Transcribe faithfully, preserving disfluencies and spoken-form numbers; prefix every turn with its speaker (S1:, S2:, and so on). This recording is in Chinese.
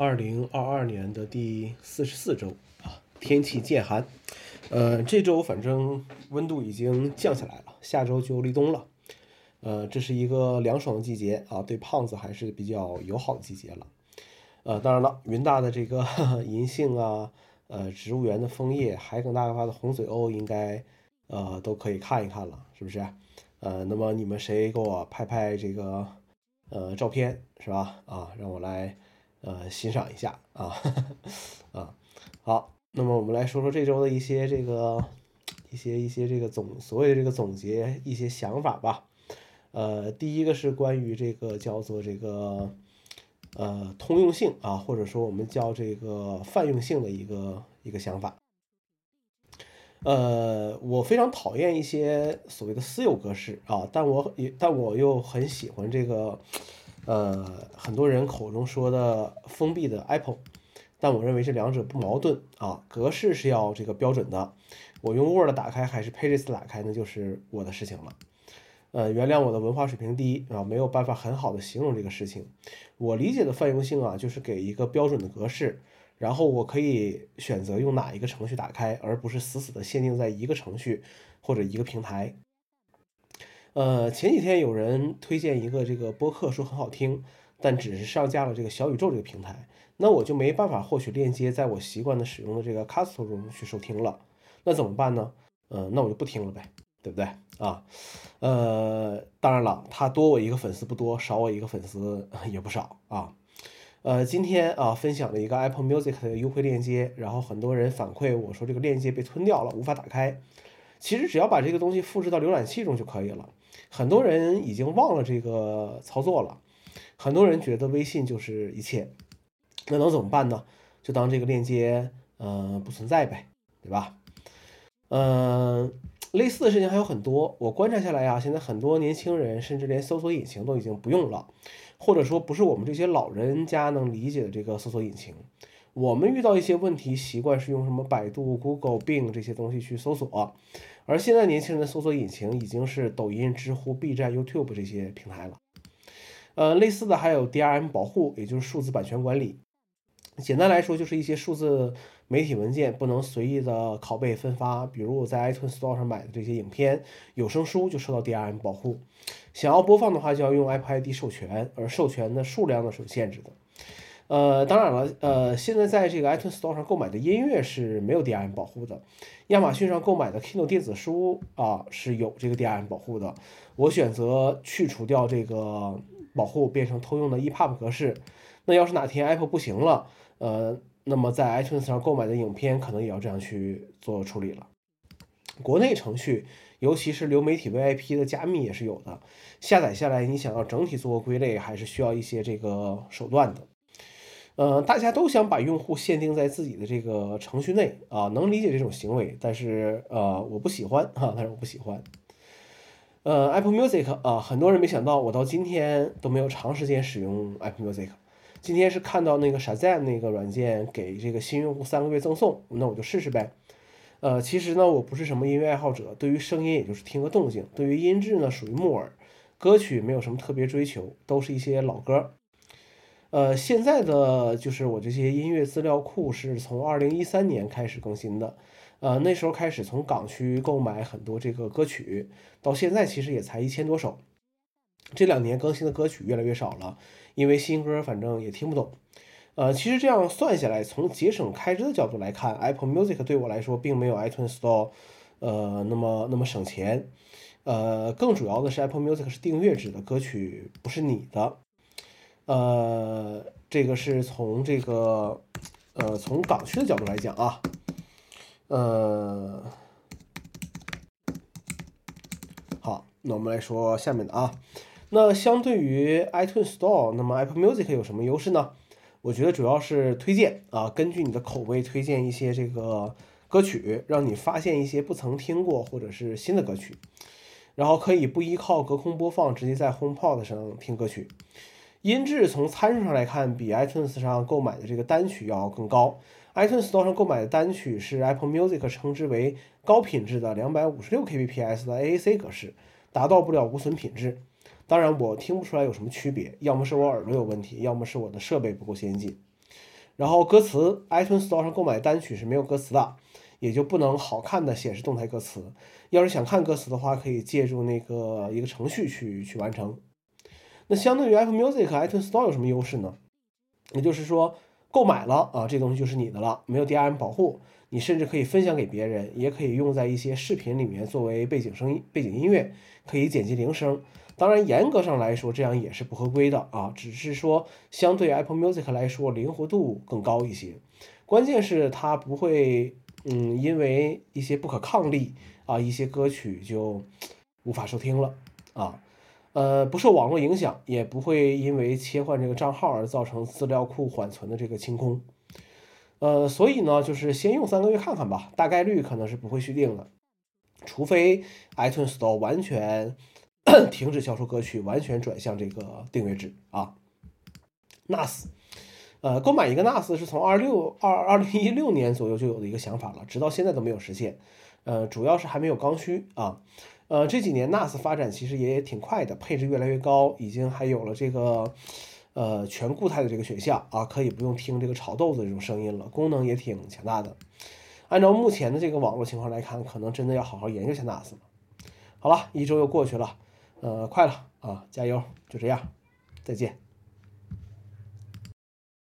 S1: 二零二二年的第四十四周啊，天气渐寒，呃，这周反正温度已经降下来了，下周就立冬了，呃，这是一个凉爽的季节啊，对胖子还是比较友好的季节了。呃，当然了，云大的这个银杏啊，呃，植物园的枫叶，海埂大发的红嘴鸥，应该呃都可以看一看了，是不是？呃，那么你们谁给我拍拍这个呃照片是吧？啊，让我来呃欣赏一下啊啊。好，那么我们来说说这周的一些这个一些一些这个总所谓的这个总结一些想法吧。呃，第一个是关于这个叫做这个呃通用性啊，或者说我们叫这个泛用性的一个一个想法。呃，我非常讨厌一些所谓的私有格式啊，但我也但我又很喜欢这个，呃，很多人口中说的封闭的 Apple，但我认为这两者不矛盾啊，格式是要这个标准的，我用 Word 打开还是 Pages 打开，那就是我的事情了。呃，原谅我的文化水平低啊，没有办法很好的形容这个事情。我理解的泛用性啊，就是给一个标准的格式，然后我可以选择用哪一个程序打开，而不是死死的限定在一个程序或者一个平台。呃，前几天有人推荐一个这个播客，说很好听，但只是上架了这个小宇宙这个平台，那我就没办法获取链接，在我习惯的使用的这个 Castro 中去收听了。那怎么办呢？呃，那我就不听了呗，对不对啊？呃，当然了，他多我一个粉丝不多，少我一个粉丝也不少啊。呃，今天啊分享了一个 Apple Music 的优惠链接，然后很多人反馈我说这个链接被吞掉了，无法打开。其实只要把这个东西复制到浏览器中就可以了。很多人已经忘了这个操作了，很多人觉得微信就是一切，那能怎么办呢？就当这个链接呃不存在呗，对吧？嗯、呃，类似的事情还有很多。我观察下来啊，现在很多年轻人甚至连搜索引擎都已经不用了，或者说不是我们这些老人家能理解的这个搜索引擎。我们遇到一些问题，习惯是用什么百度、Google、Bing 这些东西去搜索，而现在年轻人的搜索引擎已经是抖音、知乎、B 站、YouTube 这些平台了。呃，类似的还有 D R M 保护，也就是数字版权管理。简单来说，就是一些数字媒体文件不能随意的拷贝分发，比如我在 iTunes Store 上买的这些影片、有声书就受到 D R M 保护。想要播放的话，就要用 Apple I D 授权，而授权的数量呢是有限制的。呃，当然了，呃，现在在这个 iTunes Store 上购买的音乐是没有 D R M 保护的，亚马逊上购买的 Kindle 电子书啊是有这个 D R M 保护的。我选择去除掉这个保护，变成通用的 E P U B 格式。那要是哪天 Apple 不行了，呃，那么在 iTunes 上购买的影片可能也要这样去做处理了。国内程序，尤其是流媒体 V I P 的加密也是有的，下载下来你想要整体做归类，还是需要一些这个手段的。呃，大家都想把用户限定在自己的这个程序内啊，能理解这种行为，但是呃，我不喜欢啊，但是我不喜欢。呃，Apple Music 啊，很多人没想到我到今天都没有长时间使用 Apple Music。今天是看到那个 Shazam 那个软件给这个新用户三个月赠送，那我就试试呗。呃，其实呢，我不是什么音乐爱好者，对于声音也就是听个动静，对于音质呢属于木耳，歌曲没有什么特别追求，都是一些老歌。呃，现在的就是我这些音乐资料库是从二零一三年开始更新的，呃，那时候开始从港区购买很多这个歌曲，到现在其实也才一千多首。这两年更新的歌曲越来越少了，因为新歌反正也听不懂。呃，其实这样算下来，从节省开支的角度来看，Apple Music 对我来说并没有 iTunes Store，呃，那么那么省钱。呃，更主要的是 Apple Music 是订阅制的，歌曲不是你的。呃，这个是从这个呃从港区的角度来讲啊，呃，好，那我们来说下面的啊。那相对于 iTunes Store，那么 Apple Music 有什么优势呢？我觉得主要是推荐啊，根据你的口味推荐一些这个歌曲，让你发现一些不曾听过或者是新的歌曲，然后可以不依靠隔空播放，直接在 HomePod 上听歌曲。音质从参数上来看，比 iTunes 上购买的这个单曲要更高。iTunes Store 上购买的单曲是 Apple Music 称之为高品质的 两百五十六 K B P S 的 A A C 格式，达到不了无损品质。当然，我听不出来有什么区别，要么是我耳朵有问题，要么是我的设备不够先进。 然后歌词 iTunes Store 上购买单曲是没有歌词的，也就不能好看的显示动态歌词。要是想看歌词的话，可以借助那个一个程序去去完成。那相对于 Apple Music 和 iTunes Store 有什么优势呢？也就是说，购买了啊，这东西就是你的了，没有 D R M 保护，你甚至可以分享给别人，也可以用在一些视频里面作为背景声音、背景音乐，可以剪辑铃声。当然，严格上来说，这样也是不合规的啊，只是说相对 Apple Music 来说，灵活度更高一些。关键是它不会，嗯，因为一些不可抗力啊，一些歌曲就无法收听了啊。呃，不受网络影响，也不会因为切换这个账号而造成资料库缓存的这个清空。呃，所以呢，就是先用三个月看看吧，大概率可能是不会续订的，除非 iTunes Store 完全停止销售歌曲，完全转向这个订阅制啊。N A S， 呃，购买一个 N A S 是从二六二二零一六年左右就有的一个想法了，直到现在都没有实现。呃，主要是还没有刚需啊。呃，这几年 N A S 发展其实也挺快的，配置越来越高，已经还有了这个呃全固态的这个选项啊，可以不用听这个炒豆子这种声音了，功能也挺强大的。按照目前的这个网络情况来看，可能真的要好好研究一下 N A S 了。好了，一周又过去了，呃，快了啊，加油，就这样，再见。